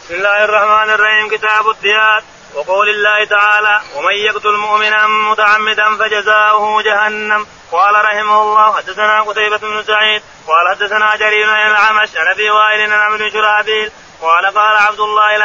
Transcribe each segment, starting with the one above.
بسم الله الرحمن الرحيم. كتاب الديات. وقول الله تعالى: ومن يقتل مؤمنا متعمدا فجزاؤه جهنم. قال رحمه الله: حدثنا قتيبة بن سعيد قال حدثنا جرير بن الأعمش عن أبي وائل عن عمرو بن شرحبيل قال قال عبد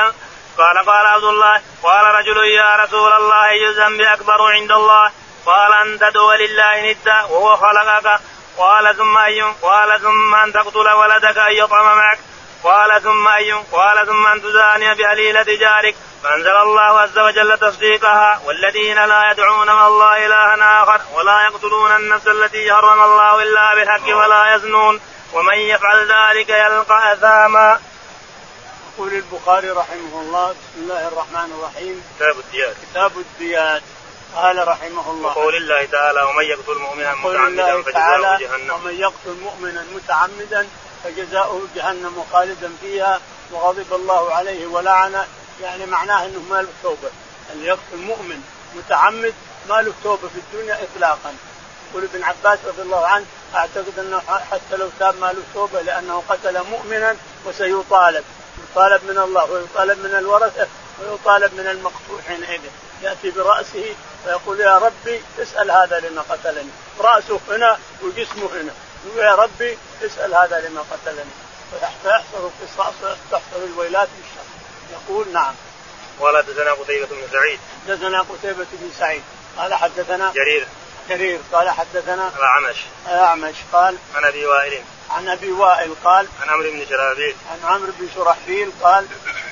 الله قال رجل: يا رسول الله أي الذنب أكبر عند الله؟ قال: أن تدعو لله ندا وهو خلقك. قال: ثم أي؟ قال: ثم أن تقتل ولدك أن يطعم معك. قال: ثم أي؟ قال: ثم أن تزاني بحليلة جارك. فأنزل الله عز وجل تصديقها: والذين لا يدعون مع الله إلها آخر ولا يقتلون النفس التي حرم الله إلا بالحق ولا يزنون ومن يفعل ذلك يلقى أثاما. يقول البخاري رحمه الله: بسم الله الرحمن الرحيم. كتاب الديات. قال رحمه الله: وقول الله تعالى: ومن يقتل مؤمنا متعمدا فجزاؤه جهنم. ومن يقتل مؤمنا متعمدا فجزاؤه جهنم خالدا فيها وغضب الله عليه ولعنه. يعني معناه انه ما له توبه. اللي يقتل مؤمن متعمد ما له توبه في الدنيا اطلاقا. يقول ابن عباس رضي الله عنه: اعتقد انه حتى لو تاب ما له توبه، لانه قتل مؤمنا وسيطالب، يطالب من الله ويطالب من الورثه ويطالب من المقتول. حينئذ ياتي براسه ويقول: يا ربي اسال هذا لما قتلني. راسه هنا وجسمه هنا. يقول: يا ربي اسال هذا لما قتلني. فيحصل القصاص وتحصل الويلات بالشر. يقول: نعم. قال: حدثنا قتيبة بن سعيد. حدثنا قتيبة بن سعيد قال حدثنا جرير قال حدثنا الأعمش قال عن أبي وائل قال عن عمرو بن شرحبيل قال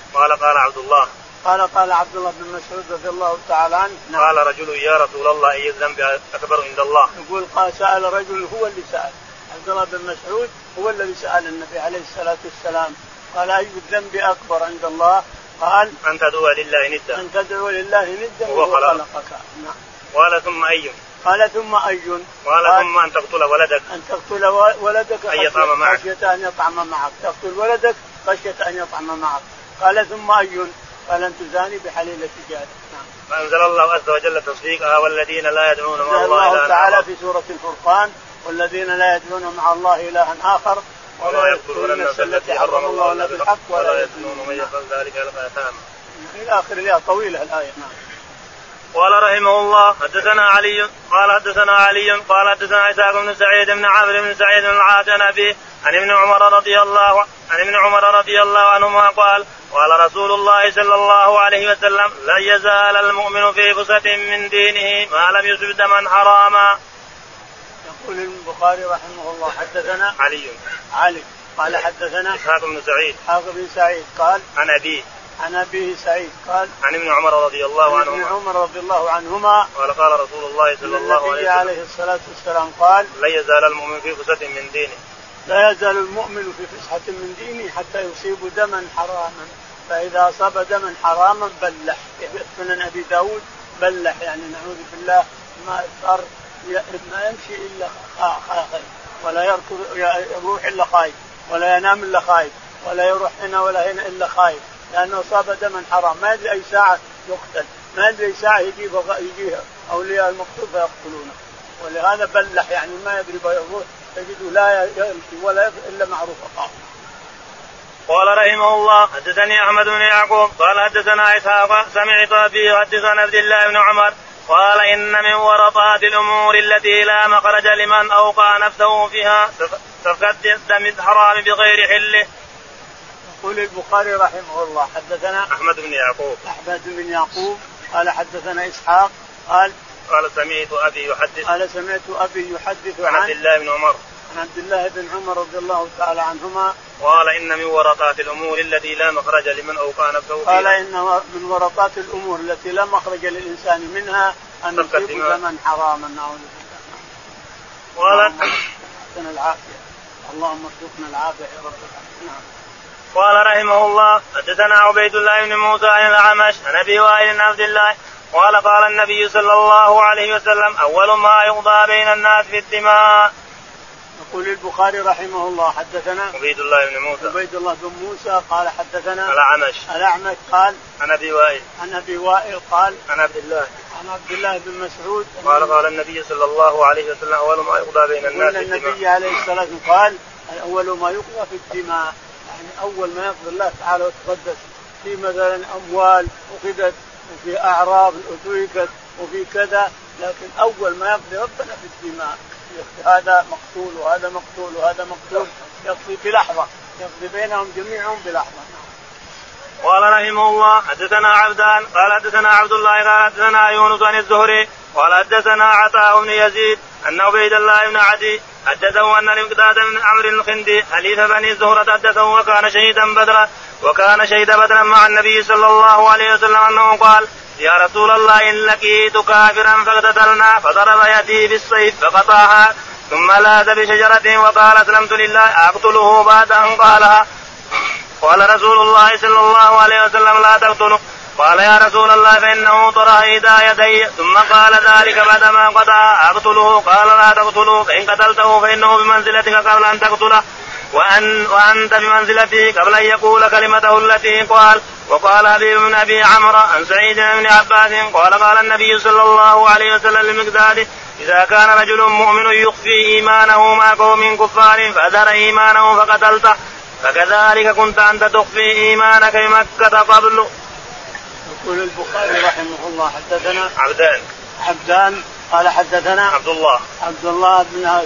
قال عبد الله بن مسعود رضي الله تعالى عنه: نعم. قال رجل: يا رسول الله أي الذنب أكبر عند الله؟ يقول: قال سأل رجل، هو اللي سأل عبد الله بن مسعود، هو الذي سأل النبي عليه الصلاة والسلام، قال: أي الذنب أكبر عند الله؟ قال: أن تدعو لله ندا وهو خلقك. نعم. قال: ثم أي؟ قال: ثم أي؟ قال: ثم أن تقتل ولدك خشية أن يطعم معك. تقتل ولدك خشية أن يطعم معك. قال: ثم أي؟ قال: أن تزاني بحليلة جارك. نعم. فأنزل الله عز وجل تصديقها: والذين لا يدعون مع الله إلها تعالى في سورة الفرقان: والذين لا يدعون مع الله إلها آخر ولا يقتلون النفس التي حرم الله إلا بالحق ولا يزنون ومن يفعل ذلك يلقى أثاما. إلى آخر الآية. طويلة الآية. نعم. قال رحمه الله: حدثنا علي قال حدثنا إسحاق بن سعيد بن عمرو بن سعيد بن العاص عن ابن عمر رضي الله عنهما قال: قال رسول الله صلى الله عليه وسلم: لن يزال المؤمن في فسحة من دينه ما لم يصب دما حراما. يقول البخاري رحمه الله: حدثنا علي قال حدثنا إسحاق بن سعيد قال عن أبي سعيد قال عن ابن عمر رضي الله عنهما قال رسول الله صلى الله عليه الصلاة والسلام قال: لا يزال المؤمن في فسحة من دينه. لا يزال المؤمن في فسحة من دينه حتى يصيب دما حراما، فإذا أصاب دما حراما بلح. من أبي داود بلح، يعني نعوذ بالله ما صار ما يمشي إلا خائف، ولا يركض يروح إلا خايف، ولا ينام إلا خايف، ولا يروح هنا ولا هنا إلا خايف، لأنه أصاب دما حرام. ما يدري أي ساعة يقتل، ما يدري أي ساعة يجيها أولياء المقتول فيقتلونه. ولهذا بلح، يعني ما يدري بيروح تجده لا يمشي ولا إلا معروف أقام. قال رحمه الله: حدثني أحمد بن يعقوب قال حدثنا إسحاق سمعت أبي يحدث عن عبد الله بن عمر قال: إن من ورطات الأمور التي لا مخرج لمن أوقع نفسه فيها سفك الدم الحرام بغير حله. يقول البخاري رحمه الله: حدثنا أحمد بن يعقوب قال حدثنا إسحاق قال سمعت أبي يحدث عن عبد الله بن عمر رضي الله تعالى عنهما قال: إن من ورطات الأمور التي لا مخرج لمن أوقع نفسه فيها. قال: إن من ورطات الأمور التي لا مخرج للإنسان منها أن يصيب دما حراما. نعوذ بالله. قال: العافية. اللهم ارزقنا العافية يا رب العالمين. نعم. قال رحمه الله: حدثنا عبيد الله بن موسى عن الأعمش عن أبي وائل بن عبد الله قال: قال النبي صلى الله عليه وسلم: أول ما يقضى بين الناس في الدماء. يقول البخاري رحمه الله: حدثنا عبيد الله بن موسى قال حدثنا الأعمش قال عن أبي وائل قال عن عبد الله بن مسعود قال النبي صلى الله عليه وسلم: أول ما يقضى بين الناس في الدماء. النبي عليه الصلاة والسلام قال: أول ما يقضى في الدماء، يعني أول ما يقضي الله تعالى وتقدس في مثلا أموال أخذت وفي أعراض أتركت وفي كذا، لكن أول ما يقضي ربنا في الدماء، هذا مقتول وهذا مقتول وهذا مقتول، يقضي بلحظة، يقضي بينهم جميعهم بلحظة. قال رحمه الله حدثنا عبدان قال حدثنا عبد الله قال حدثنا يونس عن الزهري قال حدثنا عطاء بن يزيد أن عبيد الله بن عدي حدثه أن المقداد بن عمرو الخندي حليف بني الزهرة حدثه وكان شهيد بدرا مع النبي صلى الله عليه وسلم أنه قال يا رسول الله إن لقيت كافرا فاقتتلنا فضرب يدي بالسيف فقطعها ثم لاذ بشجرة وقال أسلمت لله أقتله بعد أن قالها. قال رسول الله صلى الله عليه وسلم لا تقتله. قال يا رسول الله فإنه طرح إحدى يدي ثم قال ذلك بعدما قطع أقتله. قال لا تقتله فإن قتلته فإنه بمنزلتك قبل أن تقتله وأنت بمنزلته قبل أن يقول كلمته التي قال. وقال حبيب بن أبي عمرو عن سعيد بن عباس قال النبي صلى الله عليه وسلم للمقداد إذا كان رجل مؤمن يخفي إيمانه مع قوم كفار فأظهر إيمانه فقتلته فكذلك كنت أنت تخفي إيمانك بمكة قبل. يقول البخاري رحمه الله حدثنا عبدان قال حدثنا عبد الله بن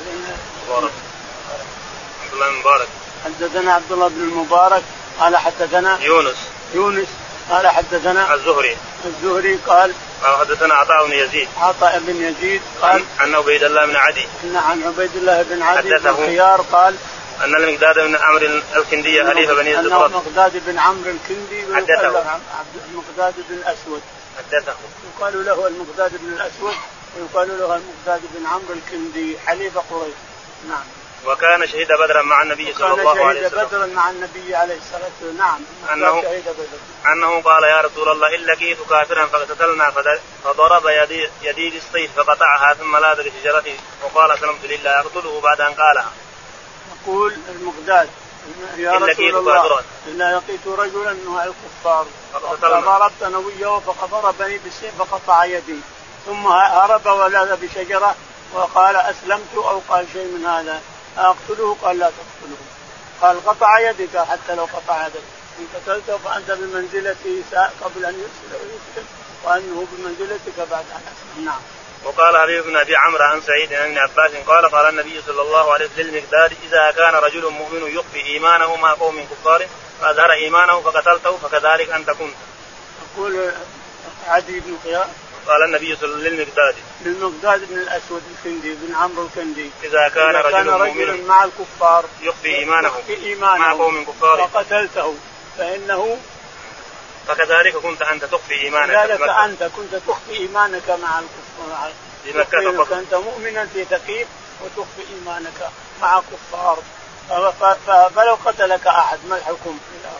المبارك حدثنا عبد الله بن المبارك قال حدثنا يونس قال حدثنا الزهري قال حدثنا عطاء بن يزيد قال عن عبيد الله بن عدي بن الخيار قال أن المقداد بن عمرو الكندي حليف بني الزهرة المقداد بن عمرو الكندي المقداد بن الأسود حدثه يقال له المقداد بن الأسود ويقال له المقداد بن عمرو الكندي حليف قريش. نعم. وكان شهيد بدرا مع النبي صلى الله عليه وسلم. بدرا مع النبي عليه الصلاة والسلام. نعم. أنه قال يا رسول الله إن لقيت كافرا فاقتتلنا فضرب يدي بالسيف فقطعها ثم لاذ بشجرته وقال أسلمت لله أقتله بعد أن قالها. يقول المقداد يا رسول الله إن لقيت رجلا من الكفار فضربت أنا وياه فضربني بالسيف فقطع يدي ثم هرب ولاذ بشجرة وقال أسلمت أو قال شيء من هذا أقتله. قال لا تقتله. قال قطع يدك حتى لو قطع يدك إن قتلته فأنت بمنزلته قبل أن يسلم وأنه بمنزلتك بعد أن أسلم. نعم. وقال حبيب بن أبي عمرو عن سعيد بن عباس قال النبي صلى الله عليه وسلم للمقداد إذا كان رجل مؤمن يخفي إيمانه مع قوم كفار فأظهر إيمانه فقتلته فكذلك أنت كنت. يقول عدي بن خيار قال النبي صلى الله عليه وسلم للمقداد بن الأسود الكندي بن عمرو الكندي إذا كان رجل مع الكفار يخفي إيمانه مع قوم كفار فقتلته فإنه فكذلك كنت أنت تخفي إيمانك. كذلك أنت كنت تخفي إيمانك مع الكفار. أنت مؤمنا في ثقيف وتخفي إيمانك مع كفار فلو قتلك أحد ما الحكم؟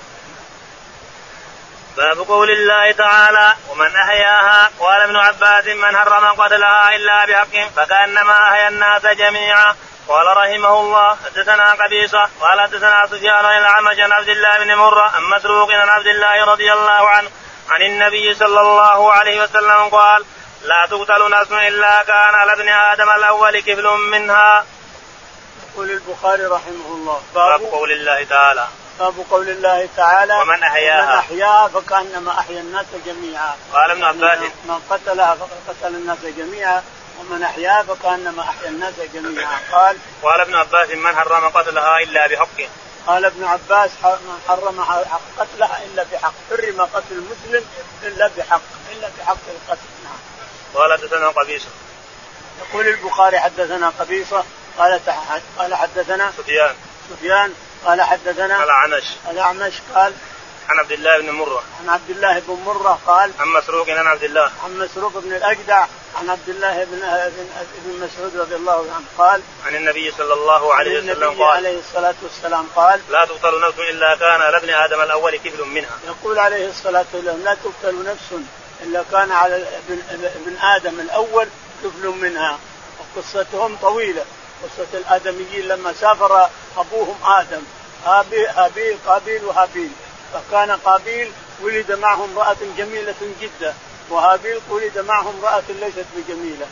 باب قول الله تعالى ومن أحياها. قال ابن عباس من حرم قتلها إلا بحق فكأنما أحيا الناس جميعا. قال رحمه الله حدثنا قبيصة قال حدثنا سفيان عن الأعمش عن عبد الله بن مرة عن مسروق عن عبد الله رضي الله عنه عن النبي صلى الله عليه وسلم قال لا تقتل نفس إلا كان على ابن آدم الأول كفل منها. يقول البخاري رحمه الله باب قول الله تعالى قول تعالى ومن أحياها فكأنما أحيا الناس جميعا. قال ابن عباس من قتلها فقد قتل الناس جميعا ومن أحياها فكأنما أحيا الناس جميعا. قال ابن عباس من حرم قتلها إلا بحق. قال ابن عباس من حرم قتلها إلا بحق. حرم قتل المسلم إلا بحق القتل. نعم. قال حدثنا قبيصة. يقول البخاري حدثنا قبيصة قال حدثنا سفيان قال حدثنا الأعمش قال عن عبد الله بن مرة قال عن مسروق عن مسروق بن الأجدع عن عبد الله بن مسعود رضي الله عنه قال عن النبي صلى الله عليه وسلم قال عليه الصلاة والسلام قال لا تقتل نفس إلا كان على ابن آدم الأول كفل منها. يقول عليه الصلاة والسلام لا تقتل نفس إلا كان على ابن آدم الأول كفل منها. وقصتهم طويلة قصة الآدميين لما سافر أبوهم آدم قابيل وهابيل. فكان قابيل ولد معه امرأة جميلة جدا وهابيل ولد معه امرأة ليست بجميلة.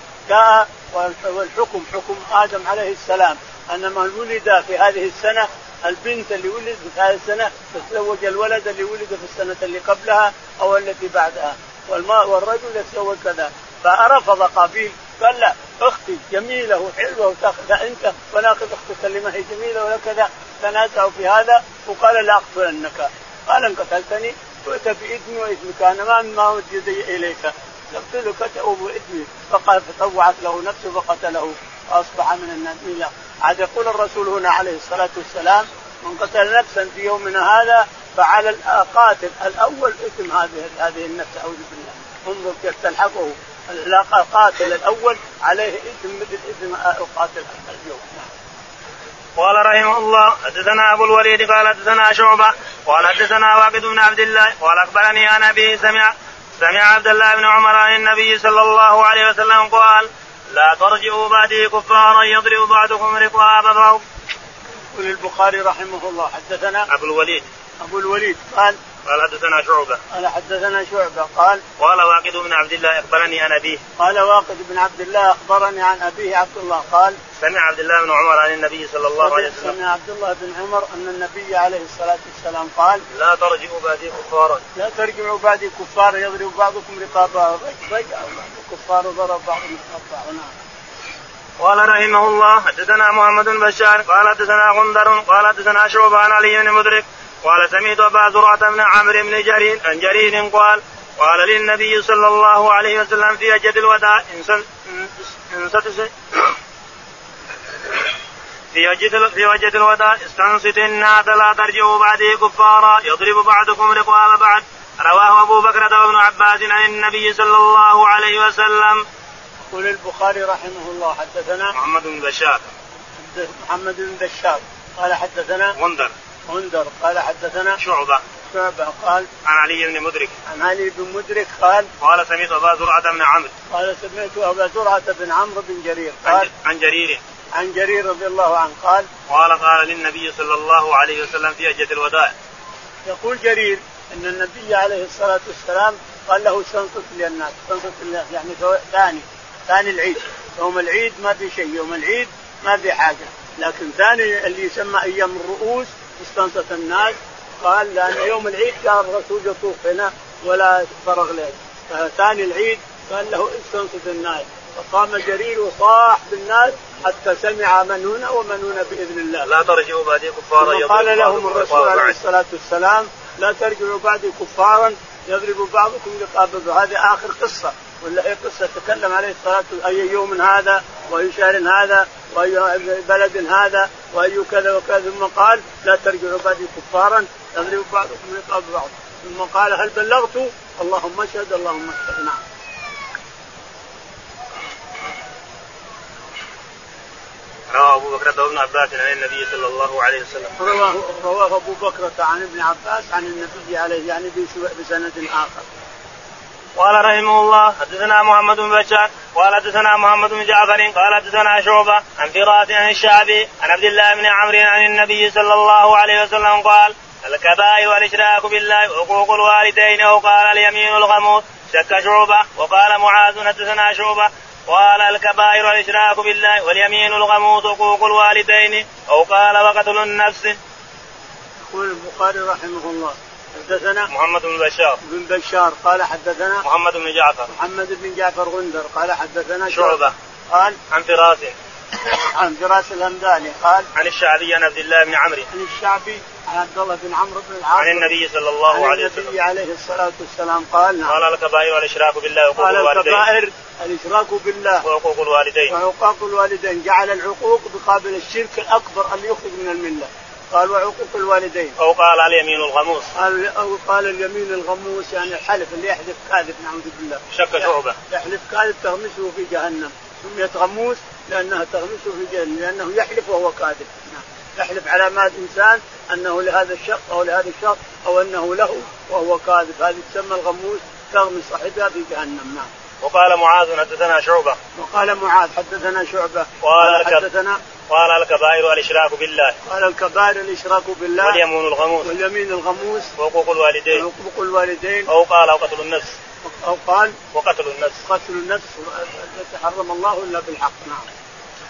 جاء والحكم حكم آدم عليه السلام أن من ولد في هذه السنة البنت اللي ولدت في هذه السنة تتزوج الولد اللي ولد في السنة اللي قبلها أو التي بعدها، والرجل يتزوج كذا. فرفض قابيل قال لا، أختي جميلة وحلوة وتأخذها أنت ونأخذ أختك اللي ما هي جميلة ولا كذا. تنازعوا في هذا وقال لا أقتلنك. قال إن قتلتني فأتى بإثمي وإثمك، أنا ما مد يدي إليك، تقتلك بإثمي. فقال فطوعت له نفسه فقتله فأصبح من النبي. عاد يقول الرسول هنا عليه الصلاة والسلام من قتل نفسا في يومنا هذا فعلى القاتل الأول إثم هذه النفس، أعوذ بالله. انظر كيف تلحقه القاتل الأول عليه إثم مثل إثم القاتل اليوم. قال رحمه الله حدثنا أبو الوليد قال حدثنا شعبة قال حدثنا واقد بن عبد الله قال أخبرني عن أبي سمع عبد الله بن عمر عن النبي صلى الله عليه وسلم قال لا ترجعوا بعدي كفارا يضرب بعضكم رقاب بعض. يقول البخاري رحمه الله حدثنا أبو الوليد قال حدثنا شعبة قال واقد بن عبد الله أخبرني عن أبيه قال واقد بن عبد الله أخبرني عن أبيه عبد الله قال سمع عبد الله بن عمر عن النبي صلى الله عليه وسلم سمع عبد الله بن عمر أن النبي عليه الصلاة والسلام قال لا ترجعوا بعدي كفارا يضرب بعضكم رقابا رجعوا كفار ضرب بعضهم رقابا. قال رحمه الله حدثنا محمد بن بشار قال حدثنا غندر قال حدثنا شعبة عن علي بن مدرك قال سمعت أبا زرعة بن عمرو بن جرير عن جرير قال للنبي صلى الله عليه وسلم في حجة الوداع في حجة الوداع استنصت الناس لا ترجعوا بعدي كفارا يضرب بعضكم رقاب بعض. رواه أبو بكر وابن عباس عن النبي صلى الله عليه وسلم. يقول البخاري رحمه الله حدثنا محمد بن بشار قال حدثنا غندر قال حدثنا شعبة قال عن علي بن مدرك قال سمعت أبا زرعة بن عمرو بن جرير قال عن جرير رضي الله عنه قال للنبي صلى الله عليه وسلم في حجة الوداع. يقول جرير ان النبي عليه الصلاة والسلام قال له استنصت للناس يعني ثاني العيد. يوم العيد ما في شيء، يوم العيد ما في حاجة، لكن ثاني اللي يسمى أيام الرؤوس استنصت الناس. قال لأن يوم العيد كان الرسول يطوف هنا ولا فرغ له، فثاني العيد قال له استنصت الناس. فقام جرير وصاح بالناس حتى سمع من هنا ومن هنا بإذن الله. لا ترجعوا بعدي كفارا. قال لهم الرسول عليه الصلاة والسلام لا ترجعوا بعدي كفارا يضرب بعضكم رقاب بعض. هذه آخر قصة، ولا هي قصة تكلم عليه الصلاة والسلام أي يوم هذا وأي شهر هذا وأي بلد هذا وأي كذا وكذا. ثم قال لا ترجعوا بعدي كفارا يضرب بعضكم رقاب بعض. ثم قال هل بلغت؟ اللهم اشهد اللهم اشهد. نعم. رواه أبو بكر وابن عباس عن النبي صلى الله عليه وسلم. رواه أبو بكر عن ابن عباس عن النبي عليه يعني بسند آخر. قال رحمه الله حدثنا محمد بن بشار قال حدثنا محمد بن جعفر قال حدثنا شعبة عن فراس عن الشعبي عن عبد الله بن عمرو عن النبي صلى الله عليه وسلم قال الكبائر والإشراك بالله وحقوق الوالدين أو قال اليمين الغموس. شك شعبة وقال معاذ حدثنا شعبة قال الكبائر والإشراك بالله واليمين الغموس وحقوق الوالدين أو قال وقتل النفس. يقول البخاري رحمه الله حدثنا محمد بن بشار قال حدثنا محمد بن جعفر غندر قال حدثنا شعبة قال عن فراس الهمداني قال عن الشعبي عن عبد الله بن عمرو عن عبد الله بن عمرو بن العاص عن النبي صلى الله عليه وسلم النبي عليه الصلاة والسلام قال قال الكبائر والإشراك بالله وحقوق الوالدين. الكبائر الإشراك بالله وحقوق الوالدين جعل العقوق بقابل الشرك الأكبر اللي يخرج من الملة. قال وعقوق الوالدين أو قال اليمين الغموس. قال اليمين الغموس يعني الحلف اللي يحلف كاذب نعوذ بالله. شك شعبة يحلف كاذب تغمسه في جهنم. سميت غموس لأنها تغمسه في جهنم لأنه يحلف وهو كاذب. يحلف على مال إنسان أنه لهذا الشخص أو لهذا الشخص أو أنه له وهو كاذب، هذه تسمى الغموس تغمس صاحبها في جهنم. نعم. وقال معاذ حدثنا شعبة حدثنا شعبة قال الكبائر والإشراك بالله. قال الكبائر الإشراك بالله واليمين الغموس وحقوق الوالدين أو قال وقتل النفس. قتل النفس التي حرم الله إلا بالحق. نعم.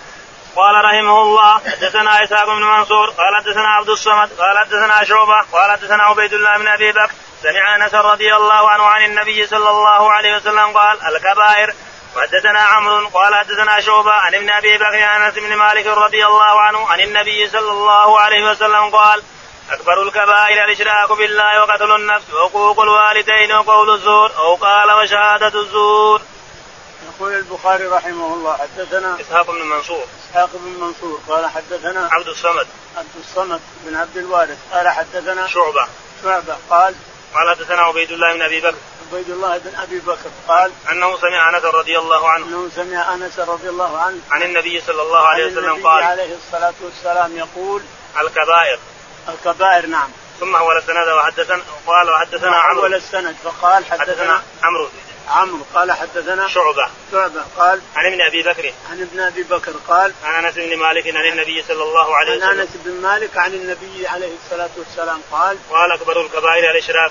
قال رحمه الله حدثنا إسحاق بن منصور قال حدثنا عبد الصمد قال حدثنا شعبة قال حدثنا عبيد الله بن أبي بكر سمع أنس رضي الله عنه عن النبي صلى الله عليه وسلم قال الكبائر. وحدثنا عمرو قال حدثنا شعبة عن ابن أبي بكر أنس بن مالك رضي الله عنه عن النبي صلى الله عليه وسلم قال أكبر الكبائر الإشراك بالله وقتل النفس وحقوق الوالدين وقول الزور أو قال وشهادة الزور. يقول البخاري رحمه الله حدثنا إسحاق بن منصور قال حدثنا عبد الصمد بن عبد الوارث قال حدثنا شعبة قال حدثنا عبيد الله بن أبي بكر قال أنه سمع أنس رضي الله عنه عن النبي صلى الله عليه وسلم قال عليه الصلاة والسلام يقول الكبائر نعم. ثم أول السند وحدثنا عمرو أول السند فقال حدثنا عمرو قال حدثنا شعبة قال عن ابن أبي بكر قال عن أنس بن مالك عن النبي صلى الله عليه وسلم عن أنس بن مالك عن النبي عليه الصلاة والسلام قال أكبر الكبائر الإشراك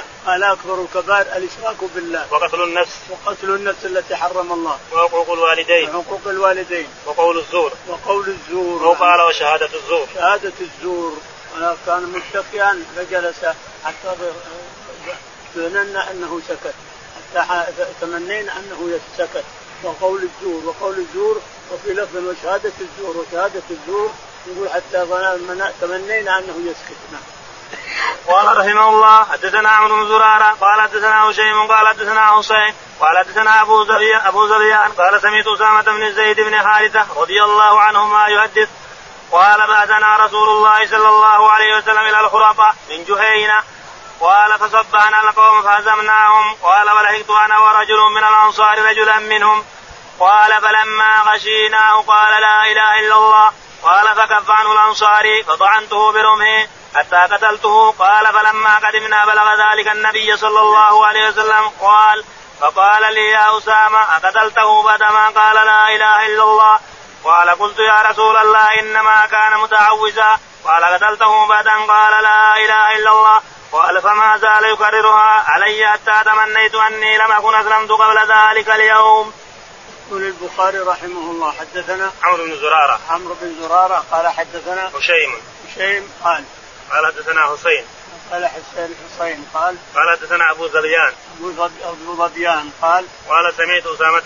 بالله وقتل النفس التي حرم الله وحقوق الوالدين وقول الزور وقال وشهادة الزور كان متكئا فجلس حتى ظننا أنه سكت حتى تمنينا أنه سكت. وقول الزور وفي لفظ وشهادة الزور يقول حتى تمنينا أنه يسكت. قال رحمه الله حدثنا عمرو بن زرارة قال حدثنا هشيم قال حدثنا حسين قال حدثنا أبو زبيان قال سمعت أسامة بن زيد بن حارثة رضي الله عنهما يحدث قال بعثنا رسول الله صلى الله عليه وسلم إلى الخرقاء من جهينة قال فصبحنا القوم فهزمناهم قال ولحقت أنا ورجل من الأنصار رجلا منهم قال فلما غشيناه قال لا إله إلا الله قال فكف عنه الأنصاري فطعنته برمحه حتى قتلته قال فلما قدمنا بلغ ذلك النبي صلى الله عليه وسلم فقال لي يا أسامة أقتلته بعدما قال لا إله إلا الله قال قلت يا رسول الله إنما كان متعوذا قال قتلته بعد أن قال لا إله إلا الله قال فما زال يكررها علي حتى تمنيت أني لم أكن أسلمت قبل ذلك اليوم. يقول البخاري رحمه الله حدثنا عمرو بن زرارة قال حدثنا هشيم قال حدثنا حسين قال حدثنا أبو ظبيان قال سمعت أسامة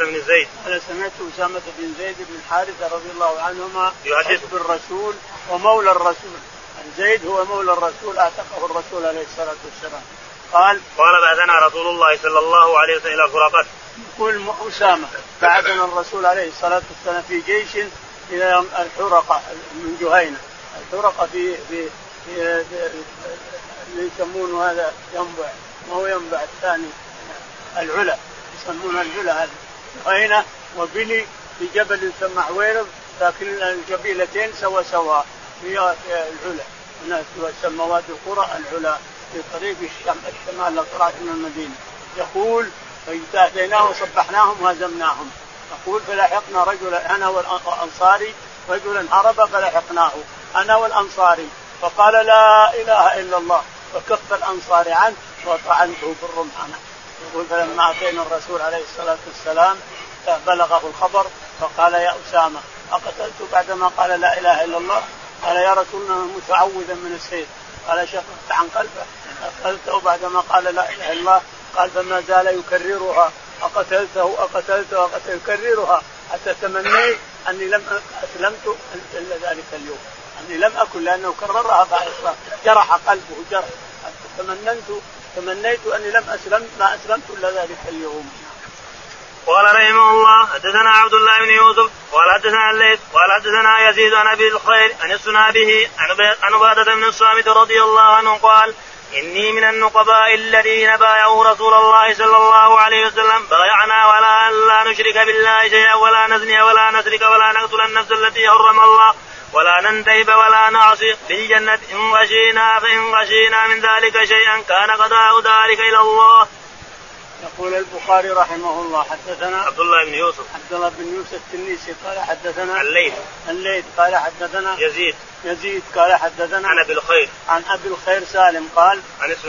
بن زيد بن حارثة رضي الله عنهما يحدث بالرسول ومولى الرسول. زيد هو مولى الرسول أعتقه الرسول عليه الصلاة والسلام. قال بعثنا رسول الله صلى الله عليه وسلم إلى الخرقاء. يقول أسامة بعثنا الرسول عليه الصلاة والسلام في جيش إلى الحرقة من جهينة. الحرقة في يسمون هذا ينبع ما هو ينبع الثاني العلا يسمون العلا هذا جهينة وبني في جبل يسمى عويرض لكن القبيلتين سوا في العلا هناك تسمى وادي القرى العلا في طريق الشمال لطلعت من المدينة. يقول فاجتهدناه وصبحناهم وهزمناهم. يقول فلحقنا رجلا أنا والأنصاري رجلا هرب فلحقناه أنا والأنصاري فقال لا إله إلا الله فكف الأنصاري عنه وطعنته بالرمح. يقول فلما أتينا الرسول عليه الصلاة والسلام بلغه الخبر فقال يا أسامة أقتلت بعدما قال لا إله إلا الله؟ قال يا رسول الله متعوذا من السيف. قال شققت عن قلبه أقتلته بعدما قال لا إله إلا الله؟ قال فما زال يكررها أقتلته يكررها حتى تمنيت أني لم أسلمت إلا ذلك اليوم أني لم أكن لأنه كررها بعد جرح قلبه تمنيت أني ما أسلمت إلا ذلك اليوم. قال رحمه الله حدثنا عبد الله بن يوسف قال حدثنا الليث قال حدثنا يزيد عن أبي الخير عن السنابه عن عبادة بن الصامت رضي الله عنه قال إني من النقباء الذين بايعوا رسول الله صلى الله عليه وسلم بايعنا ولا لا نشرك بالله شيئا ولا نزني ولا نسرق ولا نقتل النفس التي حرم الله ولا ننتهب ولا نعصي بالجنة إن غشينا من ذلك شيئا كان قضاء ذلك إلى الله. يقول البخاري رحمه الله حدثنا عبد الله بن يوسف التنيسي قال حدثنا الليث قال حدثنا يزيد قال حدثنا عن أبي الخير سالم قال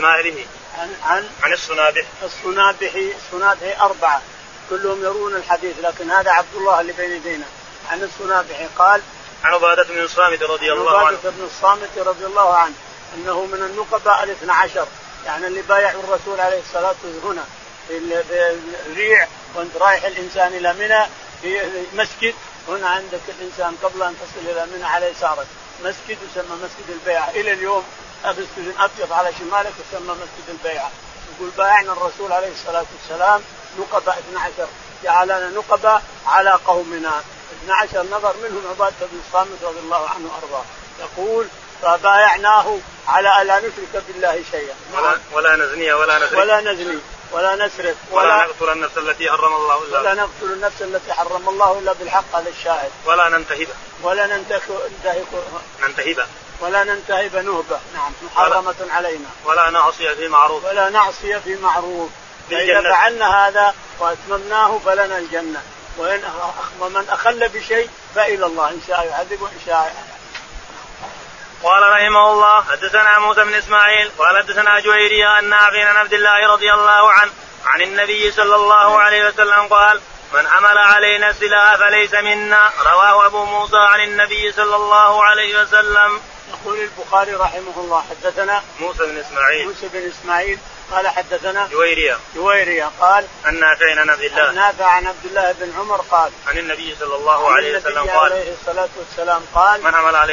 عن السنابحي 4 كلهم يرون الحديث لكن هذا عبد الله اللي بين يدينا. عن السنابحي قال عن عبادة بن الصامت رضي الله عنه. عبادة بن الصامت رضي الله عنه أنه من النقباء 12 يعني اللي بايعوا الرسول عليه الصلاة والسلام هنا في الريع وانت رايح الإنسان إلى منى في مسجد هنا عندك الإنسان قبل أن تصل إلى منى على يسارك مسجد يسمى مسجد البيعة إلى اليوم مسجد أبيض على شمالك يسمى مسجد البيعة. يقول بايعنا الرسول عليه الصلاة والسلام نقباء 12 جعلنا نقباء على قومنا 12 نفر منهم عبادة بن الصامت رضي الله عنه وأرضاه. يقول فبايعناه على ألا نشرك بالله شيئا ولا نزني ولا نسرق ولا نقتل النفس التي حرم الله إلا ولا نقتل النفس التي حرم الله إلا بالحق على الشاهد ولا ننتهب نهبة نعم محرمة علينا ولا نعصي في معروف إذا فعلنا هذا وأتممناه فلنا الجنة ومن أخل بشيء فإلى الله إن شاء يعذب وإن شاء. قال رحمه الله حدثنا موسى بن إسماعيل قال حدثنا جويرية أن نافع عن عبد الله رضي الله عنه عن النبي صلى الله عليه وسلم قال من حمل علينا السلاح فليس منا. رواه أبو موسى عن النبي صلى الله عليه وسلم. يقول البخاري رحمه الله حدثنا موسى بن إسماعيل قال حدثنا جويرية قال النافع عن عبد الله بن عمر قال عن النبي صلى الله عليه وسلم قال عليه الصلاة والسلام قال من حمل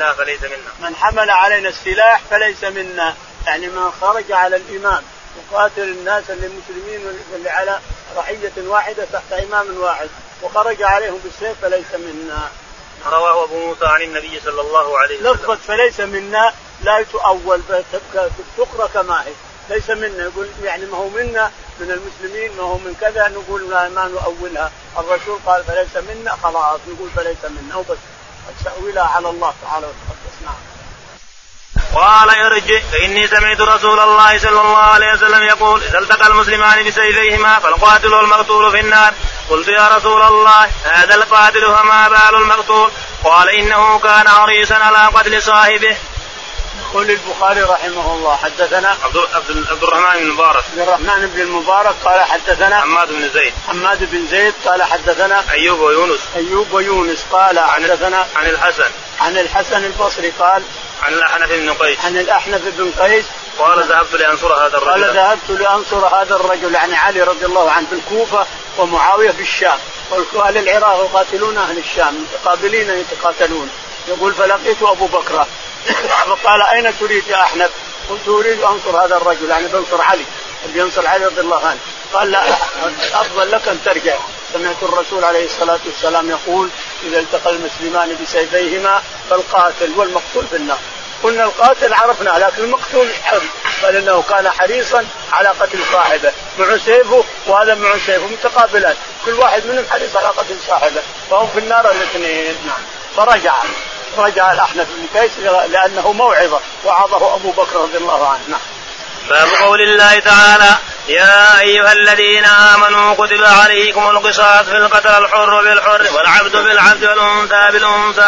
علينا السلاح فليس منا يعني من خرج على الإمام وقاتل الناس المسلمين واللي على رعية واحدة تحت إمام واحد وخرج عليهم بالسيف فليس منا. رواه أبو موسى عن النبي صلى الله عليه وسلم. لفظة فليس منا لا تؤول تقرأ كما هي ليس منا يقول يعني ما هو منا من المسلمين ما هو من كذا نقول ما نؤولها. الرسول قال فليس منا خلاص نقول فليس منا وبس تأويلها على الله تعالى وتقدس. نعم. قال ارجع فإني سمعت رسول الله صلى الله عليه وسلم يقول إذا التقى المسلمان بسيفيهما فالقاتل والمقتول في النار. قلت يا رسول الله هذا القاتل فما بال المقتول؟ قال إنه كان حريصا على قتل صاحبه. يقول البخاري رحمه الله حدثنا عبد الرحمن بن المبارك قال حدثنا حماد بن زيد قال حدثنا أيوب ويونس قال حدثنا عن الحسن البصري قال عن الأحنف بن قيس قال ذهبت لأنصر هذا الرجل يعني علي رضي الله عنه في الكوفة ومعاوية في الشام وأهل العراق يقاتلون أهل الشام متقابلين يتقاتلون. يقول فلقيت أبو بكر فقال أين تريد يا أحنف؟ قلت أريد أنصر هذا الرجل يعني بنصر علي اللي ينصر علي رضي الله عنه. قال لا أفضل لك أن ترجع. سمعت الرسول عليه الصلاة والسلام يقول إذا التقى المسلمان بسيفيهما فالقاتل والمقتول في النار. قلنا القاتل عرفنا لكن المقتول حري قال إنه كان حريصا على قتل صاحبه معه سيفه وهذا معه سيفه متقابلان كل واحد منهم حريص على قتل صاحبه فهم في النار الاثنين. فرجع الأحنف بن قيس لأنه موعظة وعظه أبو بكر رضي الله عنه. باب قول الله تعالى يا أيها الذين آمنوا كتب عليكم القصاص في القتل الحر بالحر والعبد بالعبد والأنثى بالأنثى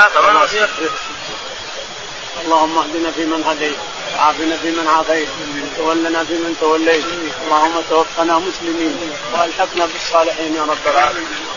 اللهم اهدنا فيمن هديت وعافنا فيمن عافيت وتولنا فيمن توليت اللهم توفنا مسلمين والحقنا بالصالحين يا رب العالمين.